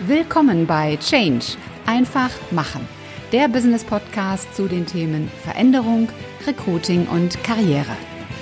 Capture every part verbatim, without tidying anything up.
Willkommen bei Change. Einfach machen. Der Business-Podcast zu den Themen Veränderung, Recruiting und Karriere.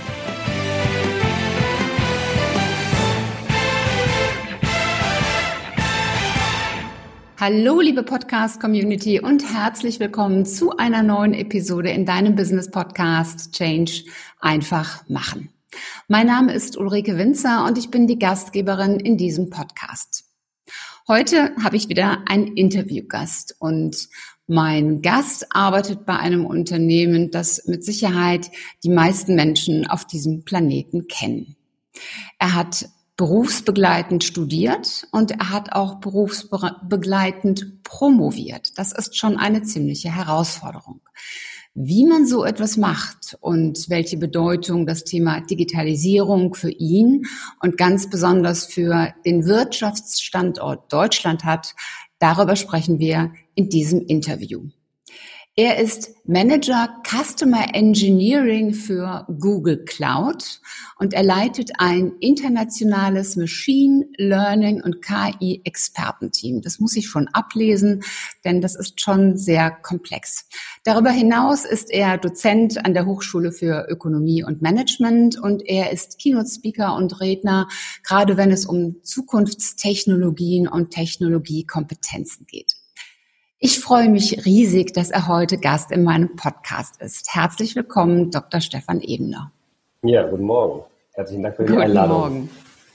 Hallo liebe Podcast-Community und herzlich willkommen zu einer neuen Episode in deinem Business-Podcast Change. Einfach machen. Mein Name ist Ulrike Winzer und ich bin die Gastgeberin in diesem Podcast. Heute habe ich wieder einen Interviewgast und mein Gast arbeitet bei einem Unternehmen, das mit Sicherheit die meisten Menschen auf diesem Planeten kennen. Er hat berufsbegleitend studiert und er hat auch berufsbegleitend promoviert. Das ist schon eine ziemliche Herausforderung. Wie man so etwas macht und welche Bedeutung das Thema Digitalisierung für ihn und ganz besonders für den Wirtschaftsstandort Deutschland hat, darüber sprechen wir in diesem Interview. Er ist Manager Customer Engineering für Google Cloud und er leitet ein internationales Machine Learning und K I-Expertenteam. Das muss ich schon ablesen, denn das ist schon sehr komplex. Darüber hinaus ist er Dozent an der Hochschule für Ökonomie und Management und er ist Keynote-Speaker und Redner, gerade wenn es um Zukunftstechnologien und Technologiekompetenzen geht. Ich freue mich riesig, dass er heute Gast in meinem Podcast ist. Herzlich willkommen, Doktor Stefan Ebener. Ja, guten Morgen. Herzlichen Dank für die Einladung. Guten Morgen.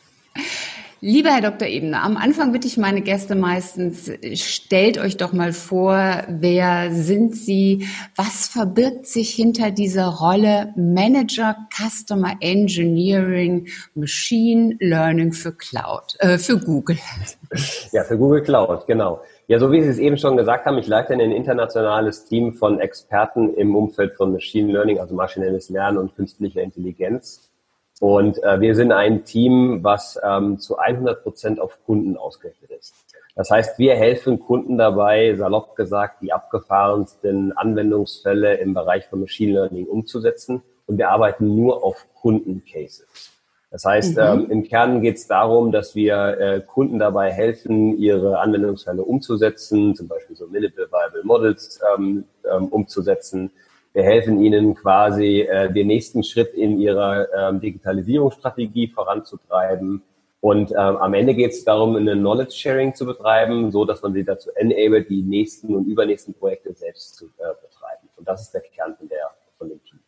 Lieber Herr Doktor Ebener, am Anfang bitte ich meine Gäste meistens, stellt euch doch mal vor, wer sind Sie? Was verbirgt sich hinter dieser Rolle Manager Customer Engineering Machine Learning für Cloud, äh, für Google? Ja, für Google Cloud, genau. Ja, so wie Sie es eben schon gesagt haben, ich leite ein internationales Team von Experten im Umfeld von Machine Learning, also maschinelles Lernen und künstlicher Intelligenz. Und äh, wir sind ein Team, was ähm, zu hundert Prozent auf Kunden ausgerichtet ist. Das heißt, wir helfen Kunden dabei, salopp gesagt, die abgefahrensten Anwendungsfälle im Bereich von Machine Learning umzusetzen. Und wir arbeiten nur auf Kundencases. Das heißt, mhm. ähm, im Kern geht es darum, dass wir äh, Kunden dabei helfen, ihre Anwendungsfälle umzusetzen, zum Beispiel so Minimal Viable Models ähm, ähm, umzusetzen. Wir helfen ihnen quasi, äh, den nächsten Schritt in ihrer ähm, Digitalisierungsstrategie voranzutreiben. Und ähm, am Ende geht es darum, eine Knowledge Sharing zu betreiben, so dass man sie dazu enabled, die nächsten und übernächsten Projekte selbst zu äh, betreiben. Und das ist der Kern von, der, von dem Team.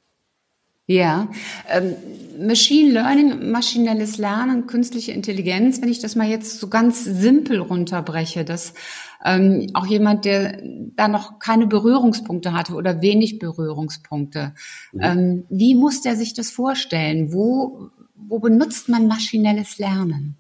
Ja, ähm, Machine Learning, maschinelles Lernen, künstliche Intelligenz, wenn ich das mal jetzt so ganz simpel runterbreche, dass ähm, auch jemand, der da noch keine Berührungspunkte hatte oder wenig Berührungspunkte, mhm. ähm, wie muss der sich das vorstellen? Wo, wo benutzt man maschinelles Lernen?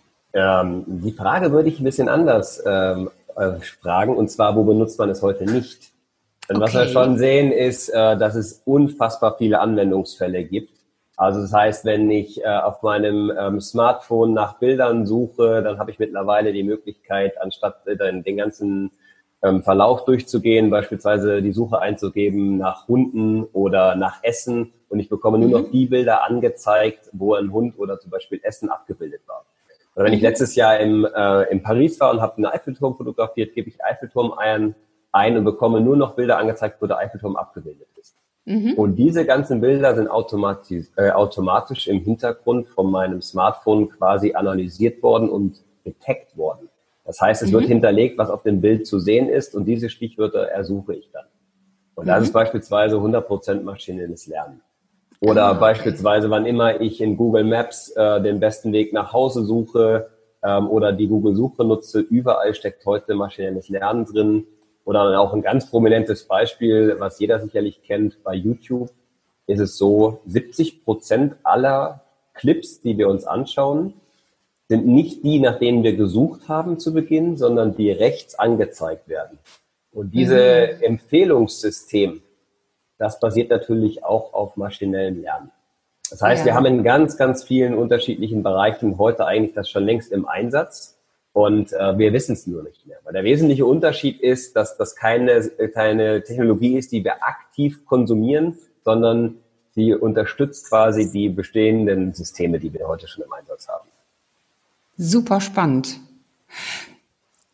Ähm, die Frage würde ich ein bisschen anders ähm, äh, fragen, und zwar, wo benutzt man es heute nicht? Denn okay. Was wir schon sehen, ist, äh, dass es unfassbar viele Anwendungsfälle gibt. Also das heißt, wenn ich äh, auf meinem ähm, Smartphone nach Bildern suche, dann habe ich mittlerweile die Möglichkeit, anstatt äh, den ganzen ähm, Verlauf durchzugehen, beispielsweise die Suche einzugeben nach Hunden oder nach Essen, und ich bekomme nur mhm. noch die Bilder angezeigt, wo ein Hund oder zum Beispiel Essen abgebildet war. Oder wenn mhm. ich letztes Jahr im, äh, in Paris war und habe einen Eiffelturm fotografiert, gebe ich Eiffelturm ein, ein und bekomme nur noch Bilder angezeigt, wo der Eiffelturm abgebildet ist. Mhm. Und diese ganzen Bilder sind automatisch, äh, automatisch im Hintergrund von meinem Smartphone quasi analysiert worden und getaggt worden. Das heißt, es mhm. wird hinterlegt, was auf dem Bild zu sehen ist, und diese Stichwörter ersuche ich dann. Und das mhm. ist beispielsweise hundert Prozent maschinelles Lernen. Oder ah, okay. beispielsweise, wann immer ich in Google Maps äh, den besten Weg nach Hause suche ähm, oder die Google-Suche nutze, überall steckt heute maschinelles Lernen drin. Oder auch ein ganz prominentes Beispiel, was jeder sicherlich kennt, bei YouTube ist es so, siebzig Prozent aller Clips, die wir uns anschauen, sind nicht die, nach denen wir gesucht haben zu Beginn, sondern die rechts angezeigt werden. Und dieses mhm. Empfehlungssystem, das basiert natürlich auch auf maschinellem Lernen. Das heißt, ja. wir haben in ganz, ganz vielen unterschiedlichen Bereichen heute eigentlich das schon längst im Einsatz. Und äh, wir wissen es nur nicht mehr. Weil der wesentliche Unterschied ist, dass das keine, keine Technologie ist, die wir aktiv konsumieren, sondern sie unterstützt quasi die bestehenden Systeme, die wir heute schon im Einsatz haben. Super spannend.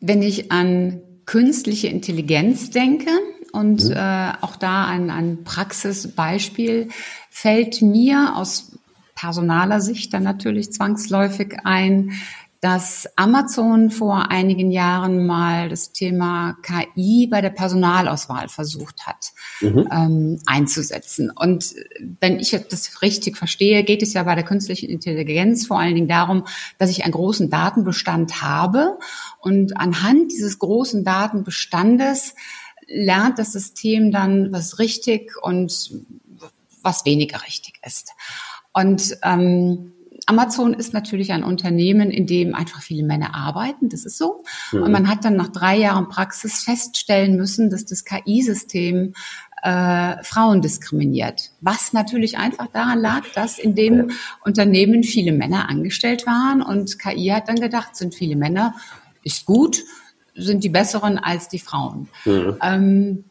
Wenn ich an künstliche Intelligenz denke und Mhm. äh, auch da ein, ein Praxisbeispiel, fällt mir aus personaler Sicht dann natürlich zwangsläufig ein, dass Amazon vor einigen Jahren mal das Thema K I bei der Personalauswahl versucht hat Mhm. ähm, einzusetzen. Und wenn ich das richtig verstehe, geht es ja bei der künstlichen Intelligenz vor allen Dingen darum, dass ich einen großen Datenbestand habe und anhand dieses großen Datenbestandes lernt das System dann, was richtig und was weniger richtig ist. Und ähm, Amazon ist natürlich ein Unternehmen, in dem einfach viele Männer arbeiten, das ist so. Mhm. Und man hat dann nach drei Jahren Praxis feststellen müssen, dass das K I-System äh, Frauen diskriminiert. Was natürlich einfach daran lag, dass in dem ja. Unternehmen viele Männer angestellt waren und K I hat dann gedacht, sind viele Männer, ist gut, sind die besseren als die Frauen. Mhm. Ähm,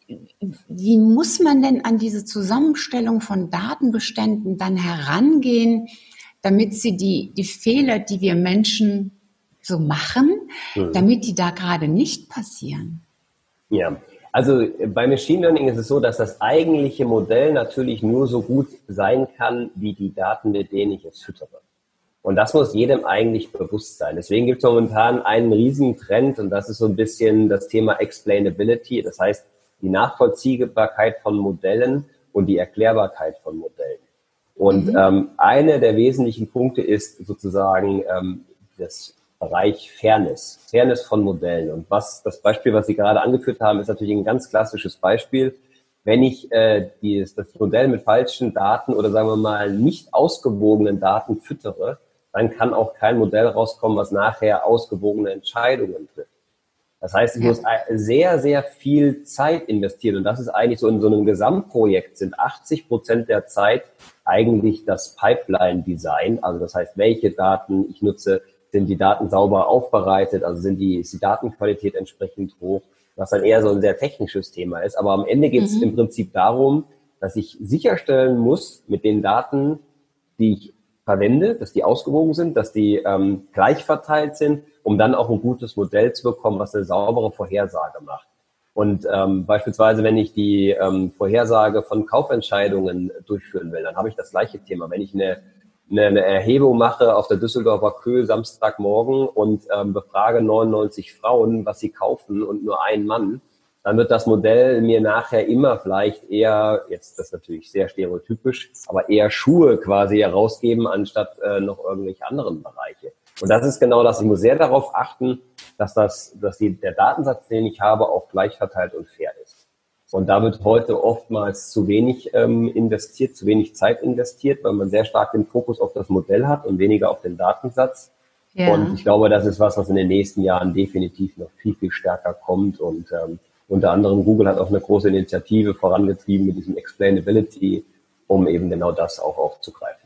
wie muss man denn an diese Zusammenstellung von Datenbeständen dann herangehen, damit sie die, die Fehler, die wir Menschen so machen, mhm. damit die da gerade nicht passieren? Ja, also bei Machine Learning ist es so, dass das eigentliche Modell natürlich nur so gut sein kann, wie die Daten, mit denen ich es füttere. Und das muss jedem eigentlich bewusst sein. Deswegen gibt es momentan einen riesen Trend und das ist so ein bisschen das Thema Explainability. Das heißt, die Nachvollziehbarkeit von Modellen und die Erklärbarkeit von Modellen. Und mhm. ähm, einer der wesentlichen Punkte ist sozusagen ähm, das Bereich Fairness, Fairness von Modellen. Und was das Beispiel, was Sie gerade angeführt haben, ist natürlich ein ganz klassisches Beispiel. Wenn ich äh, die, das Modell mit falschen Daten oder sagen wir mal nicht ausgewogenen Daten füttere, dann kann auch kein Modell rauskommen, was nachher ausgewogene Entscheidungen trifft. Das heißt, ich ja. muss sehr, sehr viel Zeit investieren. Und das ist eigentlich so in so einem Gesamtprojekt sind achtzig Prozent der Zeit eigentlich das Pipeline-Design. Also das heißt, welche Daten ich nutze, sind die Daten sauber aufbereitet, also sind die, ist die Datenqualität entsprechend hoch, was dann eher so ein sehr technisches Thema ist. Aber am Ende geht es mhm. im Prinzip darum, dass ich sicherstellen muss mit den Daten, die ich verwende, dass die ausgewogen sind, dass die ähm, gleich verteilt sind, um dann auch ein gutes Modell zu bekommen, was eine saubere Vorhersage macht. Und ähm, beispielsweise, wenn ich die ähm, Vorhersage von Kaufentscheidungen durchführen will, dann habe ich das gleiche Thema. Wenn ich eine, eine, eine Erhebung mache auf der Düsseldorfer Köh Samstagmorgen und ähm, befrage neunundneunzig Frauen, was sie kaufen und nur ein Mann, dann wird das Modell mir nachher immer vielleicht eher, jetzt das ist natürlich sehr stereotypisch, aber eher Schuhe quasi herausgeben, anstatt äh, noch irgendwelche anderen Bereiche. Und das ist genau das. Ich muss sehr darauf achten, dass das, dass die, der Datensatz, den ich habe, auch gleich verteilt und fair ist. Und da wird heute oftmals zu wenig ähm, investiert, zu wenig Zeit investiert, weil man sehr stark den Fokus auf das Modell hat und weniger auf den Datensatz. Ja. Und ich glaube, das ist was, was in den nächsten Jahren definitiv noch viel, viel stärker kommt. Und ähm, unter anderem Google hat auch eine große Initiative vorangetrieben mit diesem Explainability, um eben genau das auch aufzugreifen.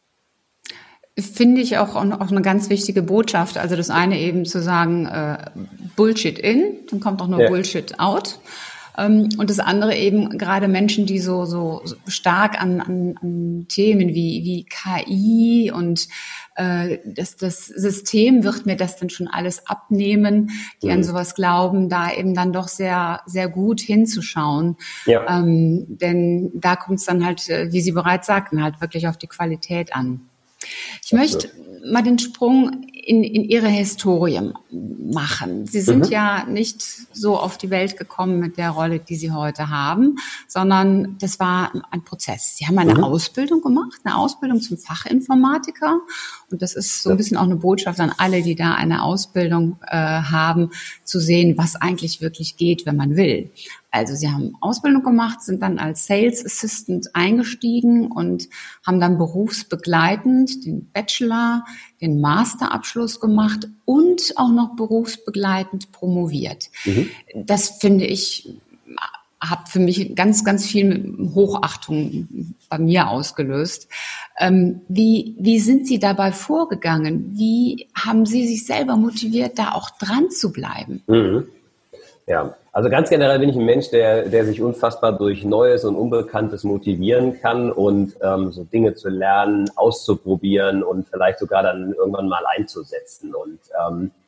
Finde ich auch, auch eine ganz wichtige Botschaft. Also das eine eben zu sagen, äh, Bullshit in, dann kommt auch nur ja. Bullshit out. Ähm, und das andere eben gerade Menschen, die so, so, so stark an, an, an Themen wie, wie K I und äh, das, das System wird mir das dann schon alles abnehmen, die mhm. an sowas glauben, da eben dann doch sehr, sehr gut hinzuschauen. Ja. Ähm, denn da kommt es dann halt, wie Sie bereits sagten, halt wirklich auf die Qualität an. Ich möchte mal den Sprung in, in Ihre Historie machen. Sie sind mhm. ja nicht so auf die Welt gekommen mit der Rolle, die Sie heute haben, sondern das war ein Prozess. Sie haben eine mhm. Ausbildung gemacht, eine Ausbildung zum Fachinformatiker. Und das ist so ein bisschen auch eine Botschaft an alle, die da eine Ausbildung äh, haben, zu sehen, was eigentlich wirklich geht, wenn man will. Also Sie haben Ausbildung gemacht, sind dann als Sales Assistant eingestiegen und haben dann berufsbegleitend den Bachelor, den Masterabschluss gemacht und auch noch berufsbegleitend promoviert. Mhm. Das finde ich, hat für mich ganz, ganz viel Hochachtung bei mir ausgelöst. Ähm, wie, wie sind Sie dabei vorgegangen? Wie haben Sie sich selber motiviert, da auch dran zu bleiben? Mhm. Ja, also ganz generell bin ich ein Mensch, der, der sich unfassbar durch Neues und Unbekanntes motivieren kann und ähm, so Dinge zu lernen, auszuprobieren und vielleicht sogar dann irgendwann mal einzusetzen. Und ähm,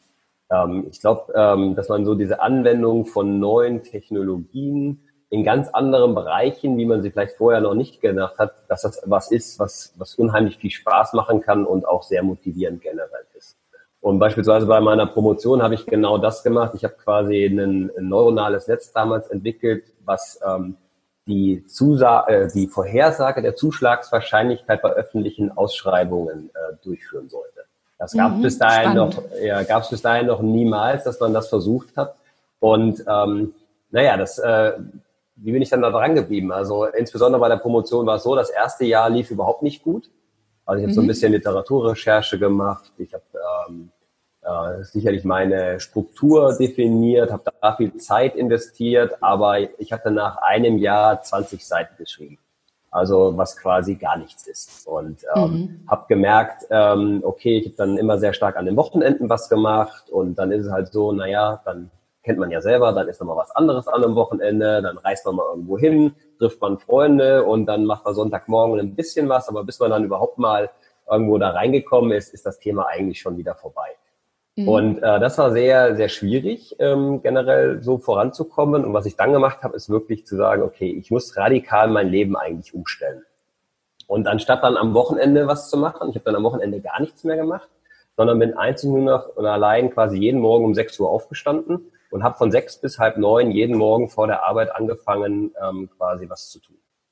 Ähm, ich glaube, ähm, dass man so diese Anwendung von neuen Technologien in ganz anderen Bereichen, wie man sie vielleicht vorher noch nicht gedacht hat, dass das was ist, was, was unheimlich viel Spaß machen kann und auch sehr motivierend generell ist. Und beispielsweise bei meiner Promotion habe ich genau das gemacht. Ich habe quasi ein, ein neuronales Netz damals entwickelt, was ähm, die, Zusa äh, die Vorhersage der Zuschlagswahrscheinlichkeit bei öffentlichen Ausschreibungen äh, durchführen sollte. Das gab es Mhm, bis dahin spannend. noch, ja, gab es bis dahin noch niemals, dass man das versucht hat. Und ähm, naja, das, äh, wie bin ich dann da dran geblieben? Also insbesondere bei der Promotion war es so, das erste Jahr lief überhaupt nicht gut. Also ich habe so ein Mhm. bisschen Literaturrecherche gemacht. Ich habe ähm, äh, sicherlich meine Struktur definiert, habe da viel Zeit investiert, aber ich hatte nach einem Jahr zwanzig Seiten geschrieben. Also was quasi gar nichts ist. Und ähm, Mhm. habe gemerkt, ähm, okay, ich habe dann immer sehr stark an den Wochenenden was gemacht und dann ist es halt so, naja, dann kennt man ja selber, dann ist noch mal was anderes an einem Wochenende, dann reist man mal irgendwo hin, trifft man Freunde und dann macht man Sonntagmorgen ein bisschen was, aber bis man dann überhaupt mal irgendwo da reingekommen ist, ist das Thema eigentlich schon wieder vorbei. Und Mhm. äh, das war sehr, sehr schwierig, ähm, generell so voranzukommen. Und was ich dann gemacht habe, ist wirklich zu sagen, okay, ich muss radikal mein Leben eigentlich umstellen. Und anstatt dann am Wochenende was zu machen, ich habe dann am Wochenende gar nichts mehr gemacht, sondern bin einzig nur noch und allein quasi jeden Morgen um sechs Uhr aufgestanden und habe von sechs bis halb neun jeden Morgen vor der Arbeit angefangen, ähm, quasi was zu tun.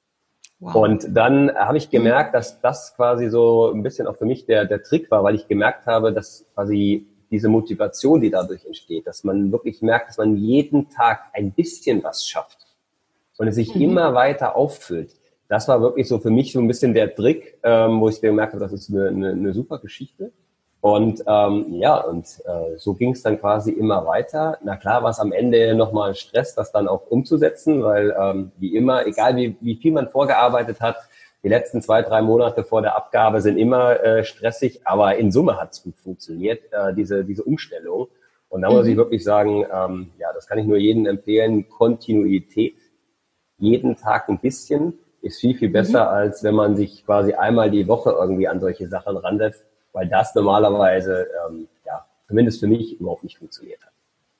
Wow. Und dann habe ich Mhm. gemerkt, dass das quasi so ein bisschen auch für mich der, der Trick war, weil ich gemerkt habe, dass quasi diese Motivation, die dadurch entsteht, dass man wirklich merkt, dass man jeden Tag ein bisschen was schafft und es sich Mhm. immer weiter auffüllt. Das war wirklich so für mich so ein bisschen der Trick, ähm, wo ich gemerkt habe, das ist eine, eine, eine super Geschichte. Und ähm, ja, und äh, so ging es dann quasi immer weiter. Na klar war es am Ende nochmal Stress, das dann auch umzusetzen, weil ähm, wie immer, egal wie, wie viel man vorgearbeitet hat, die letzten zwei, drei Monate vor der Abgabe sind immer äh, stressig, aber in Summe hat es gut funktioniert, äh, diese, diese Umstellung. Und da muss ich Mhm. wirklich sagen, ähm, ja, das kann ich nur jedem empfehlen, Kontinuität, jeden Tag ein bisschen, ist viel, viel besser, Mhm. als wenn man sich quasi einmal die Woche irgendwie an solche Sachen ransetzt, weil das normalerweise, ähm, ja, zumindest für mich überhaupt nicht funktioniert hat.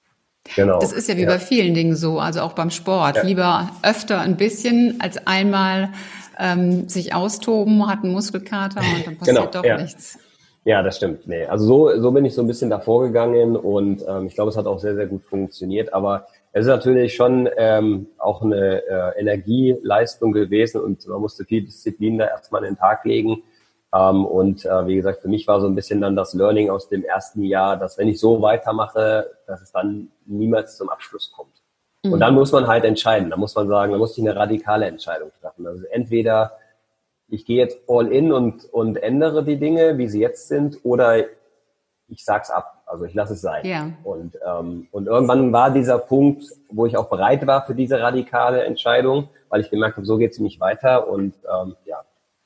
Das Genau, ist ja wie ja, bei vielen Dingen so, also auch beim Sport. ja, Lieber öfter ein bisschen als einmal ähm, sich austoben, hat einen Muskelkater und dann genau, passiert doch ja. nichts. Ja, das stimmt. Nee, also so, so bin ich so ein bisschen davor gegangen und ähm, ich glaube, es hat auch sehr, sehr gut funktioniert. Aber es ist natürlich schon ähm, auch eine äh, Energieleistung gewesen und man musste viel Disziplin da erstmal an den Tag legen. Ähm, und äh, wie gesagt, für mich war so ein bisschen dann das Learning aus dem ersten Jahr, dass wenn ich so weitermache, dass es dann niemals zum Abschluss kommt. Und dann muss Mhm. man halt entscheiden. Da muss man sagen, da muss ich eine radikale Entscheidung treffen. Also entweder ich gehe jetzt all in und, und ändere die Dinge, wie sie jetzt sind, oder ich sag's ab. Also ich lasse es sein. Ja. Und, ähm, und irgendwann war dieser Punkt, wo ich auch bereit war für diese radikale Entscheidung, weil ich gemerkt habe, so geht's nicht weiter. Und ähm, ja,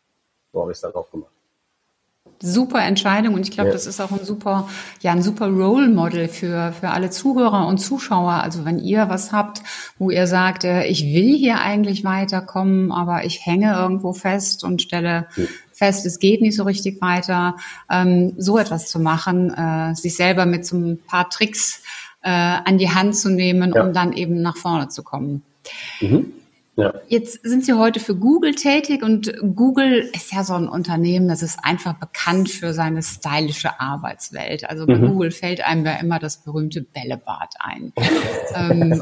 so habe ich es dann auch gemacht. Super Entscheidung und ich glaube, Ja. das ist auch ein super, ja, ein super Role Model für, für alle Zuhörer und Zuschauer. Also wenn ihr was habt, wo ihr sagt, äh, ich will hier eigentlich weiterkommen, aber ich hänge irgendwo fest und stelle fest, es geht nicht so richtig weiter, ähm, so etwas zu machen, äh, sich selber mit so ein paar Tricks äh, an die Hand zu nehmen, um Ja. dann eben nach vorne zu kommen. Mhm. Ja. Jetzt sind Sie heute für Google tätig und Google ist ja so ein Unternehmen, das ist einfach bekannt für seine stylische Arbeitswelt. Also bei Mhm. Google fällt einem ja immer das berühmte Bällebad ein. Ähm,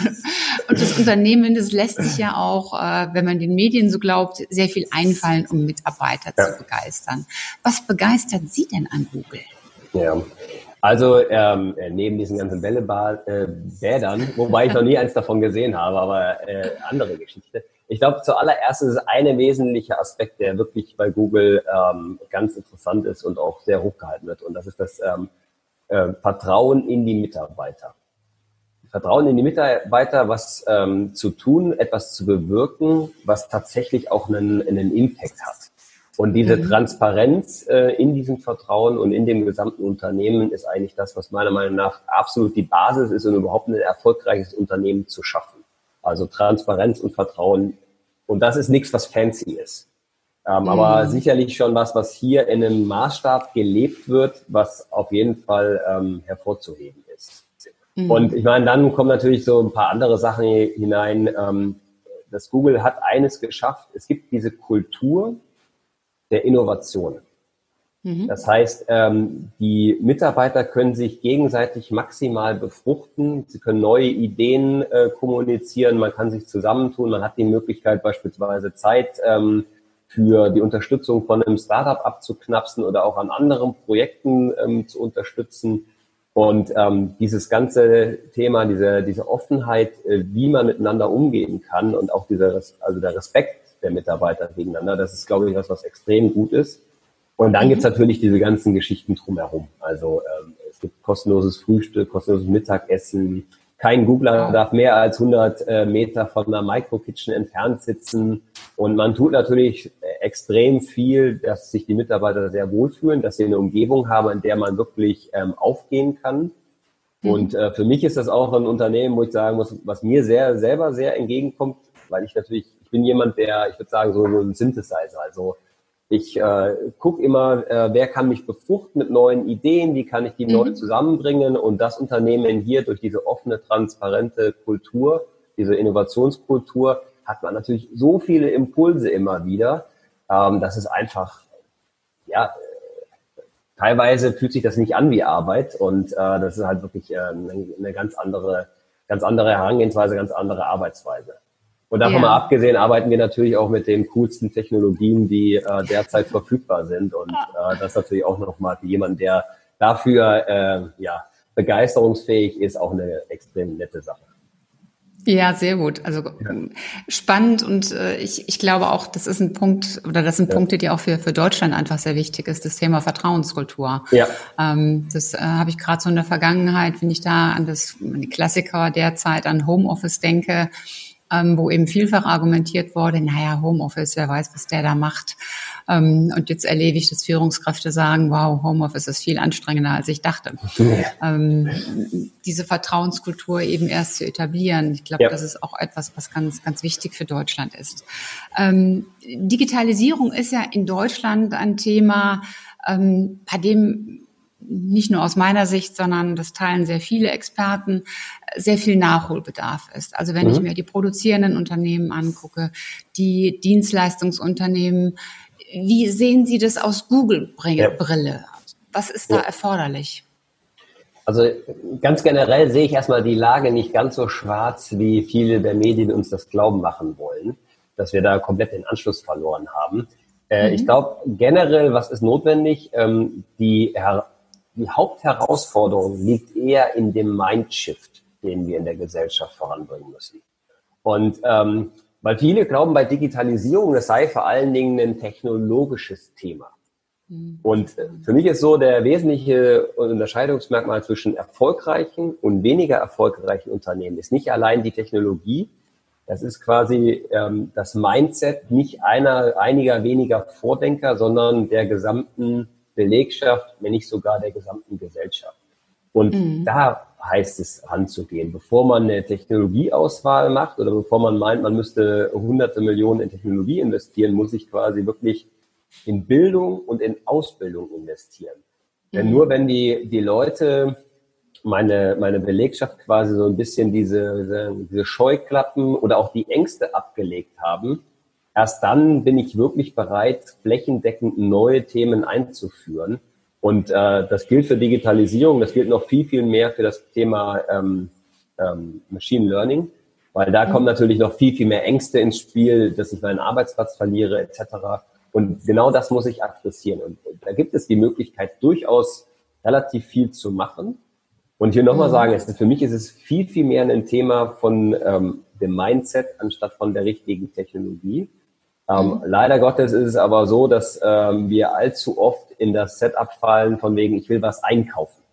und das Unternehmen, das lässt sich ja auch, äh, wenn man den Medien so glaubt, sehr viel einfallen, um Mitarbeiter Ja. zu begeistern. Was begeistert Sie denn an Google? Ja. Also ähm, neben diesen ganzen Bällebädern, äh, wobei ich noch nie eins davon gesehen habe, aber äh, andere Geschichte. Ich glaube, zuallererst ist es ein wesentlicher Aspekt, der wirklich bei Google ähm, ganz interessant ist und auch sehr hochgehalten wird. Und das ist das ähm, äh, Vertrauen in die Mitarbeiter. Vertrauen in die Mitarbeiter, was ähm, zu tun, etwas zu bewirken, was tatsächlich auch einen, einen Impact hat. Und diese Mhm. Transparenz äh, in diesem Vertrauen und in dem gesamten Unternehmen ist eigentlich das, was meiner Meinung nach absolut die Basis ist, um überhaupt ein erfolgreiches Unternehmen zu schaffen. Also Transparenz und Vertrauen. Und das ist nichts, was fancy ist. Ähm, mhm. Aber sicherlich schon was, was hier in einem Maßstab gelebt wird, was auf jeden Fall ähm, hervorzuheben ist. Mhm. Und ich meine, dann kommen natürlich so ein paar andere Sachen hinein. Ähm, das Google hat eines geschafft. Es gibt diese Kultur der Innovation. Mhm. Das heißt, ähm, die Mitarbeiter können sich gegenseitig maximal befruchten. Sie können neue Ideen äh, kommunizieren. Man kann sich zusammentun. Man hat die Möglichkeit, beispielsweise Zeit ähm, für die Unterstützung von einem Startup abzuknapsen oder auch an anderen Projekten ähm, zu unterstützen. Und ähm, dieses ganze Thema, diese diese Offenheit, äh, wie man miteinander umgehen kann und auch dieser, also der Respekt der Mitarbeiter gegeneinander, das ist, glaube ich, was, was extrem gut ist. Und dann mhm. gibt's natürlich diese ganzen Geschichten drumherum. Also ähm, es gibt kostenloses Frühstück, kostenloses Mittagessen. Kein Googler oh. darf mehr als hundert äh, Meter von einer Micro-Kitchen entfernt sitzen. Und man tut natürlich extrem viel, dass sich die Mitarbeiter sehr wohlfühlen, dass sie eine Umgebung haben, in der man wirklich ähm, aufgehen kann. Mhm. Und äh, für mich ist das auch ein Unternehmen, wo ich sagen muss, was mir sehr selber sehr entgegenkommt, weil ich natürlich, ich bin jemand, der, ich würde sagen, so ein Synthesizer, also ich äh, gucke immer, äh, wer kann mich befruchten mit neuen Ideen, wie kann ich die mhm. neu zusammenbringen, und das Unternehmen hier durch diese offene, transparente Kultur, diese Innovationskultur, hat man natürlich so viele Impulse immer wieder, ähm, dass es einfach, ja, teilweise fühlt sich das nicht an wie Arbeit, und äh, das ist halt wirklich äh, eine, eine ganz andere, ganz andere Herangehensweise, ganz andere Arbeitsweise. Und davon ja. mal abgesehen arbeiten wir natürlich auch mit den coolsten Technologien, die äh, derzeit verfügbar sind. Und äh, das ist natürlich auch nochmal für jemanden, der dafür äh, ja, begeisterungsfähig ist, auch eine extrem nette Sache. Ja, sehr gut. Also ja. spannend, und äh, ich, ich glaube auch, das ist ein Punkt, oder das sind ja. Punkte, die auch für, für Deutschland einfach sehr wichtig ist, das Thema Vertrauenskultur. Ja. Ähm, das äh, habe ich gerade so in der Vergangenheit, wenn ich da an das die Klassiker derzeit, an Homeoffice denke, Ähm, wo eben vielfach argumentiert wurde, naja, Homeoffice, wer weiß, was der da macht. Ähm, und jetzt erlebe ich, dass Führungskräfte sagen, wow, Homeoffice ist viel anstrengender, als ich dachte. Ja. Ähm, diese Vertrauenskultur eben erst zu etablieren, ich glaube, ja. das ist auch etwas, was ganz, ganz wichtig für Deutschland ist. Ähm, Digitalisierung ist ja in Deutschland ein Thema, ähm, bei dem nicht nur aus meiner Sicht, sondern das teilen sehr viele Experten, sehr viel Nachholbedarf ist. Also wenn mhm. ich mir die produzierenden Unternehmen angucke, die Dienstleistungsunternehmen, wie sehen Sie das aus Google-Brille? Ja. Was ist da ja. erforderlich? Also ganz generell sehe ich erstmal die Lage nicht ganz so schwarz, wie viele der Medien uns das glauben machen wollen, dass wir da komplett den Anschluss verloren haben. Äh, mhm. Ich glaube generell, was ist notwendig? Ähm, die Her- Die Hauptherausforderung liegt eher in dem Mindshift, den wir in der Gesellschaft voranbringen müssen. Und ähm, weil viele glauben bei Digitalisierung, das sei vor allen Dingen ein technologisches Thema. Mhm. Und für mich ist so der wesentliche Unterscheidungsmerkmal zwischen erfolgreichen und weniger erfolgreichen Unternehmen ist nicht allein die Technologie. Das ist quasi ähm, das Mindset nicht einer, einiger weniger Vordenker, sondern der gesamten Belegschaft, wenn nicht sogar der gesamten Gesellschaft. Und mhm. da heißt es ranzugehen, bevor man eine Technologieauswahl macht oder bevor man meint, man müsste hunderte Millionen in Technologie investieren, muss ich quasi wirklich in Bildung und in Ausbildung investieren. Mhm. Denn nur wenn die, die Leute, meine, meine Belegschaft quasi so ein bisschen diese, diese, diese Scheuklappen oder auch die Ängste abgelegt haben, erst dann bin ich wirklich bereit, flächendeckend neue Themen einzuführen. Und äh, das gilt für Digitalisierung, das gilt noch viel, viel mehr für das Thema ähm, ähm, Machine Learning, weil da mhm. kommen natürlich noch viel, viel mehr Ängste ins Spiel, dass ich meinen Arbeitsplatz verliere et cetera. Und genau das muss ich adressieren. Und da gibt es die Möglichkeit, durchaus relativ viel zu machen. Und hier nochmal mhm. sagen, es ist, für mich ist es viel, viel mehr ein Thema von ähm, dem Mindset anstatt von der richtigen Technologie. Ähm, mhm. Leider Gottes ist es aber so, dass ähm, wir allzu oft in das Setup fallen von wegen, ich will was einkaufen.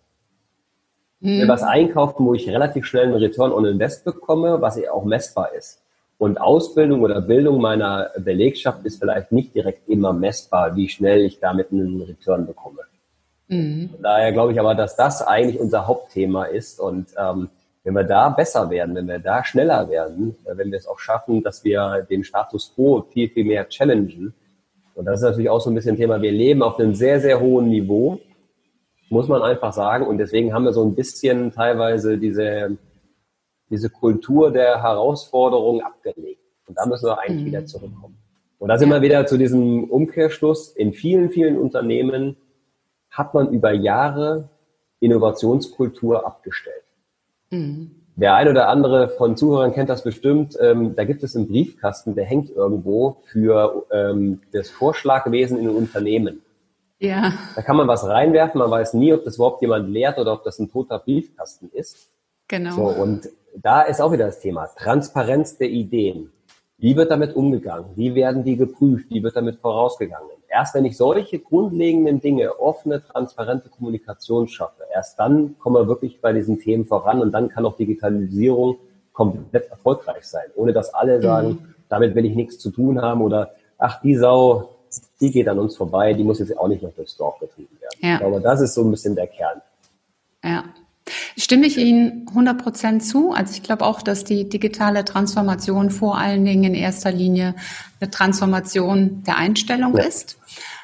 Mhm. Ich will was einkaufen, wo ich relativ schnell einen Return on Invest bekomme, was auch messbar ist. Und Ausbildung oder Bildung meiner Belegschaft ist vielleicht nicht direkt immer messbar, wie schnell ich damit einen Return bekomme. Mhm. Daher glaube ich aber, dass das eigentlich unser Hauptthema ist. Und ähm, wenn wir da besser werden, wenn wir da schneller werden, wenn wir es auch schaffen, dass wir den Status quo viel, viel mehr challengen, Und das ist natürlich auch so ein bisschen ein Thema. Wir leben auf einem sehr, sehr hohen Niveau, muss man einfach sagen. Und deswegen haben wir so ein bisschen teilweise diese, diese Kultur der Herausforderung abgelegt. Und da müssen wir eigentlich mhm. wieder zurückkommen. Und da sind ja. wir wieder zu diesem Umkehrschluss. In vielen, vielen Unternehmen hat man über Jahre Innovationskultur abgestellt. Mhm. Der ein oder andere von Zuhörern kennt das bestimmt. Ähm, da gibt es einen Briefkasten, der hängt irgendwo für ähm, das Vorschlagwesen in den Unternehmen. Ja. Da kann man was reinwerfen, man weiß nie, ob das überhaupt jemand leert oder ob das ein toter Briefkasten ist. Genau. So, und da ist auch wieder das Thema Transparenz der Ideen. Wie wird damit umgegangen? Wie werden die geprüft? Wie wird damit vorausgegangen? Erst wenn ich solche grundlegenden Dinge, offene, transparente Kommunikation schaffe, erst dann kommen wir wirklich bei diesen Themen voran und dann kann auch Digitalisierung komplett erfolgreich sein, ohne dass alle sagen, mhm. damit will ich nichts zu tun haben oder ach, die Sau, die geht an uns vorbei, die muss jetzt auch nicht noch durchs Dorf getrieben werden. Ja. Ich glaube, das ist so ein bisschen der Kern. Ja. Stimme ich Ihnen hundert Prozent zu. Also ich glaube auch, dass die digitale Transformation vor allen Dingen in erster Linie eine Transformation der Einstellung ja. ist.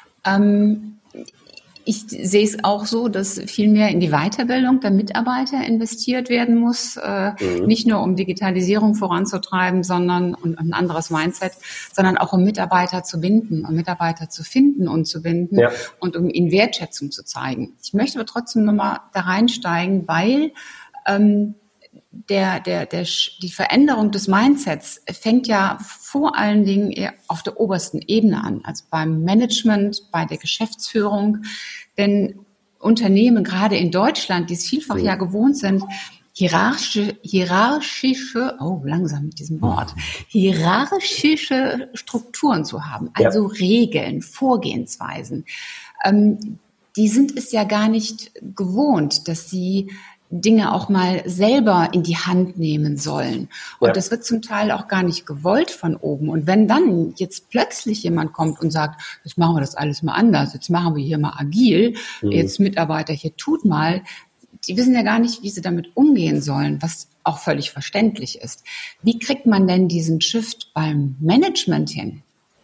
Ähm, ich sehe es auch so, dass viel mehr in die Weiterbildung der Mitarbeiter investiert werden muss. Äh, mhm. Nicht nur um Digitalisierung voranzutreiben, sondern und ein anderes Mindset, sondern auch um Mitarbeiter zu binden, um Mitarbeiter zu finden und zu binden ja. und um ihnen Wertschätzung zu zeigen. Ich möchte aber trotzdem nochmal da reinsteigen, weil ähm, der, der, der, die Veränderung des Mindsets fängt ja vor allen Dingen eher auf der obersten Ebene an, also beim Management, bei der Geschäftsführung. Denn Unternehmen, gerade in Deutschland, die es vielfach ja gewohnt sind, hierarchische, hierarchische, oh, langsam mit diesem Wort, hierarchische Strukturen zu haben, also ja. Regeln, Vorgehensweisen. Ähm, die sind es ja gar nicht gewohnt, dass sie Dinge auch mal selber in die Hand nehmen sollen. Und ja. das wird zum Teil auch gar nicht gewollt von oben. Und wenn dann jetzt plötzlich jemand kommt und sagt, jetzt machen wir das alles mal anders, jetzt machen wir hier mal agil, mhm. jetzt Mitarbeiter hier tut mal, die wissen ja gar nicht, wie sie damit umgehen sollen, was auch völlig verständlich ist. Wie kriegt man denn diesen Shift beim Management hin?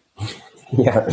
Ja,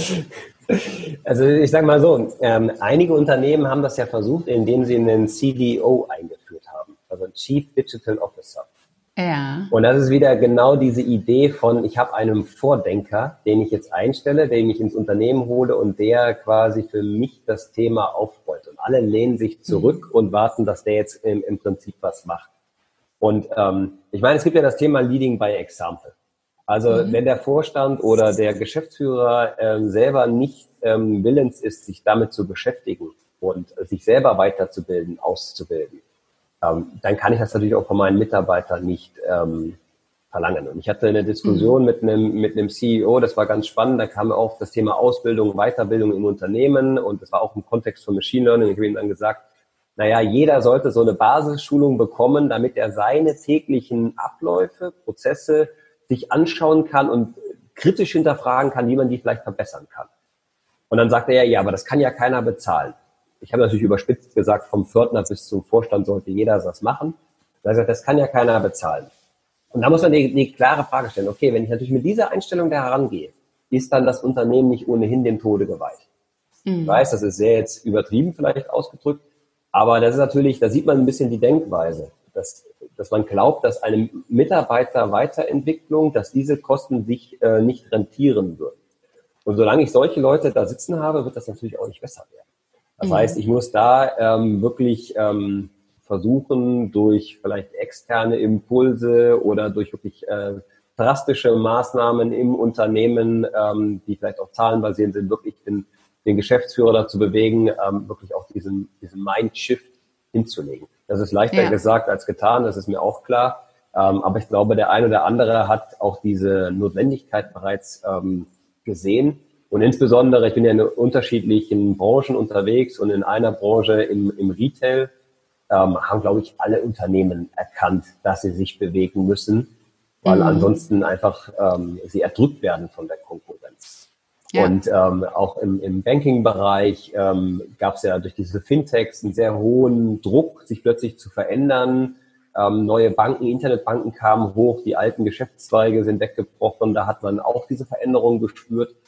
also ich sage mal so, ähm, einige Unternehmen haben das ja versucht, indem sie einen C D O eingeführt haben, also Chief Digital Officer. Ja. Und das ist wieder genau diese Idee von, ich habe einen Vordenker, den ich jetzt einstelle, den ich ins Unternehmen hole und der quasi für mich das Thema aufrollt. Und alle lehnen sich zurück mhm. und warten, dass der jetzt im, im Prinzip was macht. Und ähm, ich meine, es gibt ja das Thema Leading by Example. Also mhm. wenn der Vorstand oder der Geschäftsführer ähm, selber nicht ähm, willens ist, sich damit zu beschäftigen und äh, sich selber weiterzubilden, auszubilden, ähm, dann kann ich das natürlich auch von meinen Mitarbeitern nicht ähm, verlangen. Und ich hatte eine Diskussion mhm. mit einem mit einem C E O, das war ganz spannend, da kam auch das Thema Ausbildung, Weiterbildung im Unternehmen und das war auch im Kontext von Machine Learning. Ich habe ihm dann gesagt, naja, jeder sollte so eine Basisschulung bekommen, damit er seine täglichen Abläufe, Prozesse sich anschauen kann und kritisch hinterfragen kann, wie man die vielleicht verbessern kann. Und dann sagte er, ja, aber das kann ja keiner bezahlen. Ich habe natürlich überspitzt gesagt, vom Pförtner bis zum Vorstand sollte jeder das machen. Er hat gesagt, das kann ja keiner bezahlen. Und da muss man die, die klare Frage stellen, okay, wenn ich natürlich mit dieser Einstellung da herangehe, ist dann das Unternehmen nicht ohnehin dem Tode geweiht? Mhm. Ich weiß, das ist sehr jetzt übertrieben vielleicht ausgedrückt, aber das ist natürlich, da sieht man ein bisschen die Denkweise, dass dass man glaubt, dass eine Mitarbeiter-Weiterentwicklung, dass diese Kosten sich äh, nicht rentieren würden. Und solange ich solche Leute da sitzen habe, wird das natürlich auch nicht besser werden. Das mhm. heißt, ich muss da ähm, wirklich ähm, versuchen, durch vielleicht externe Impulse oder durch wirklich äh, drastische Maßnahmen im Unternehmen, ähm, die vielleicht auch zahlenbasierend sind, wirklich den, den Geschäftsführer dazu bewegen, ähm, wirklich auch diesen, diesen Mindshift hinzulegen. Das ist leichter ja. gesagt als getan, das ist mir auch klar. Ähm, aber ich glaube, der ein oder andere hat auch diese Notwendigkeit bereits ähm, gesehen. Und insbesondere, ich bin ja in unterschiedlichen Branchen unterwegs und in einer Branche im, im Retail ähm, haben, glaube ich, alle Unternehmen erkannt, dass sie sich bewegen müssen, weil mhm. ansonsten einfach ähm, sie erdrückt werden von der Konkurrenz. Ja. Und ähm, auch im, im Banking-Bereich ähm, gab es ja durch diese Fintechs einen sehr hohen Druck, sich plötzlich zu verändern. Ähm, neue Banken, Internetbanken kamen hoch, die alten Geschäftszweige sind weggebrochen. Da hat man auch diese Veränderung gespürt.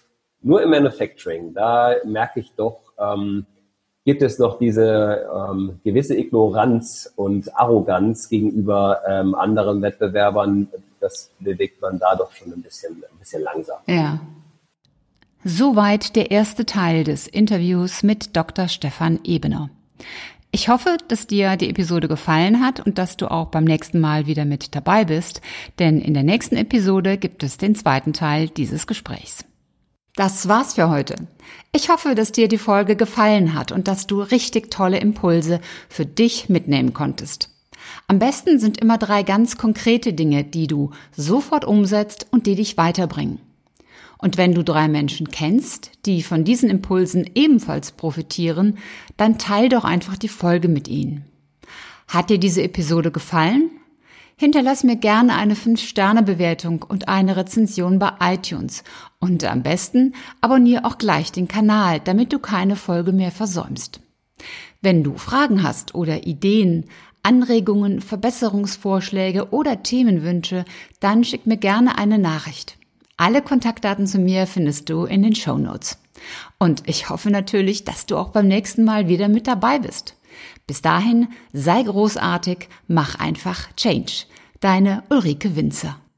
Nur im Manufacturing, da merke ich doch, ähm, gibt es noch diese ähm, gewisse Ignoranz und Arroganz gegenüber ähm, anderen Wettbewerbern. Das bewegt man da doch schon ein bisschen, ein bisschen langsam. Ja. Soweit der erste Teil des Interviews mit Doktor Stefan Ebener. Ich hoffe, dass dir die Episode gefallen hat und dass du auch beim nächsten Mal wieder mit dabei bist, denn in der nächsten Episode gibt es den zweiten Teil dieses Gesprächs. Das war's für heute. Ich hoffe, dass dir die Folge gefallen hat und dass du richtig tolle Impulse für dich mitnehmen konntest. Am besten sind immer drei ganz konkrete Dinge, die du sofort umsetzt und die dich weiterbringen. Und wenn du drei Menschen kennst, die von diesen Impulsen ebenfalls profitieren, dann teil doch einfach die Folge mit ihnen. Hat dir diese Episode gefallen? Hinterlass mir gerne eine fünf Sterne Bewertung und eine Rezension bei iTunes. Und am besten abonniere auch gleich den Kanal, damit du keine Folge mehr versäumst. Wenn du Fragen hast oder Ideen, Anregungen, Verbesserungsvorschläge oder Themenwünsche, dann schick mir gerne eine Nachricht. Alle Kontaktdaten zu mir findest du in den Shownotes. Und ich hoffe natürlich, dass du auch beim nächsten Mal wieder mit dabei bist. Bis dahin, sei großartig, mach einfach Change. Deine Ulrike Winzer.